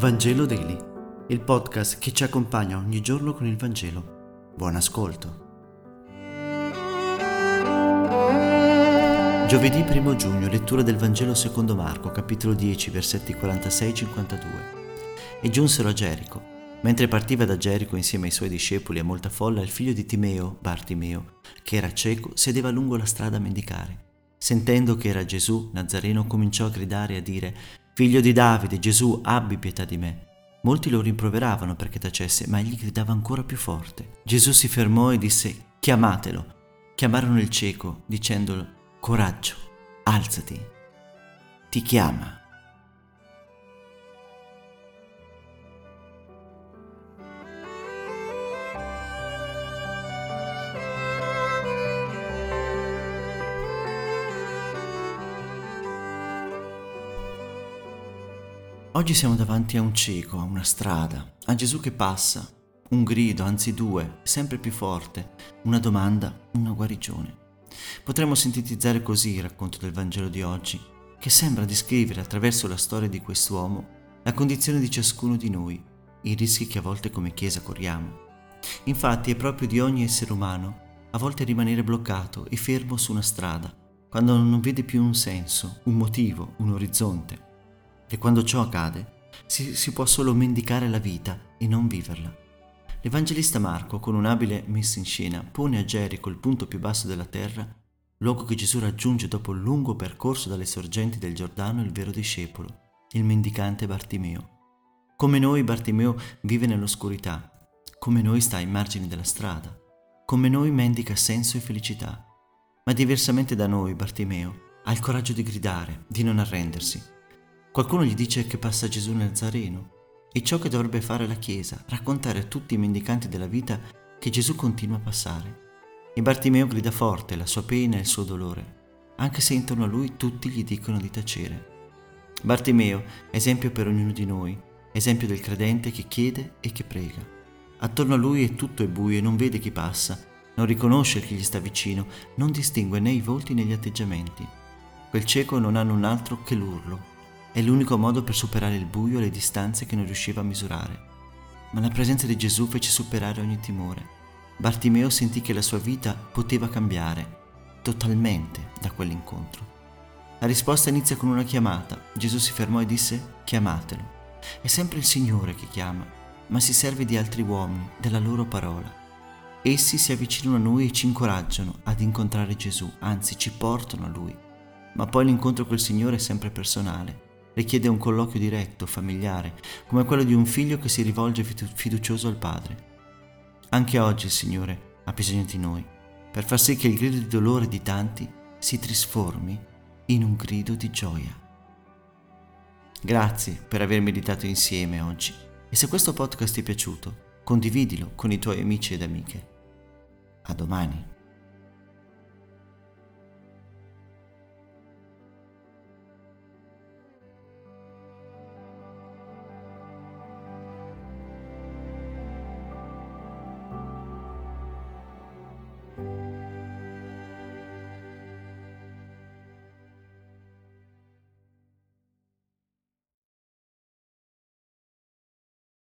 Vangelo Daily, il podcast che ci accompagna ogni giorno con il Vangelo. Buon ascolto. Giovedì 1 giugno, lettura del Vangelo secondo Marco, capitolo 10, versetti 46-52. E giunsero a Gerico. Mentre partiva da Gerico insieme ai suoi discepoli e molta folla, il figlio di Timeo, Bartimeo, che era cieco, sedeva lungo la strada a mendicare. Sentendo che era Gesù Nazareno, cominciò a gridare e a dire: «Figlio di Davide, Gesù, abbi pietà di me». Molti lo rimproveravano perché tacesse, ma egli gridava ancora più forte. Gesù si fermò e disse: «Chiamatelo». Chiamarono il cieco, dicendolo: «Coraggio, alzati, ti chiama». Oggi siamo davanti a un cieco, a una strada, a Gesù che passa, un grido, anzi due, sempre più forte, una domanda, una guarigione. Potremmo sintetizzare così il racconto del Vangelo di oggi, che sembra descrivere attraverso la storia di quest'uomo la condizione di ciascuno di noi, i rischi che a volte come Chiesa corriamo. Infatti è proprio di ogni essere umano a volte rimanere bloccato e fermo su una strada, quando non vede più un senso, un motivo, un orizzonte. E quando ciò accade, si può solo mendicare la vita e non viverla. L'Evangelista Marco, con un'abile messa in scena, pone a Gerico, il punto più basso della terra, luogo che Gesù raggiunge dopo un lungo percorso dalle sorgenti del Giordano, il vero discepolo, il mendicante Bartimeo. Come noi, Bartimeo vive nell'oscurità, come noi sta ai margini della strada, come noi mendica senso e felicità. Ma diversamente da noi, Bartimeo ha il coraggio di gridare, di non arrendersi. Qualcuno gli dice che passa Gesù Nazareno, e ciò che dovrebbe fare la Chiesa, raccontare a tutti i mendicanti della vita che Gesù continua a passare. E Bartimeo grida forte la sua pena e il suo dolore, anche se intorno a lui tutti gli dicono di tacere. Bartimeo, esempio per ognuno di noi, esempio del credente che chiede e che prega. Attorno a lui è tutto è buio e non vede chi passa, non riconosce chi gli sta vicino, non distingue né i volti né gli atteggiamenti. Quel cieco non ha null'altro che l'urlo. È l'unico modo per superare il buio e le distanze che non riusciva a misurare. Ma la presenza di Gesù fece superare ogni timore. Bartimeo sentì che la sua vita poteva cambiare totalmente da quell'incontro. La risposta inizia con una chiamata. Gesù si fermò e disse: «Chiamatelo». È sempre il Signore che chiama, ma si serve di altri uomini, della loro parola. Essi si avvicinano a noi e ci incoraggiano ad incontrare Gesù, anzi ci portano a Lui. Ma poi l'incontro col Signore è sempre personale. Richiede un colloquio diretto, familiare, come quello di un figlio che si rivolge fiducioso al padre. Anche oggi il Signore ha bisogno di noi, per far sì che il grido di dolore di tanti si trasformi in un grido di gioia. Grazie per aver meditato insieme oggi, e se questo podcast ti è piaciuto, condividilo con i tuoi amici ed amiche. A domani.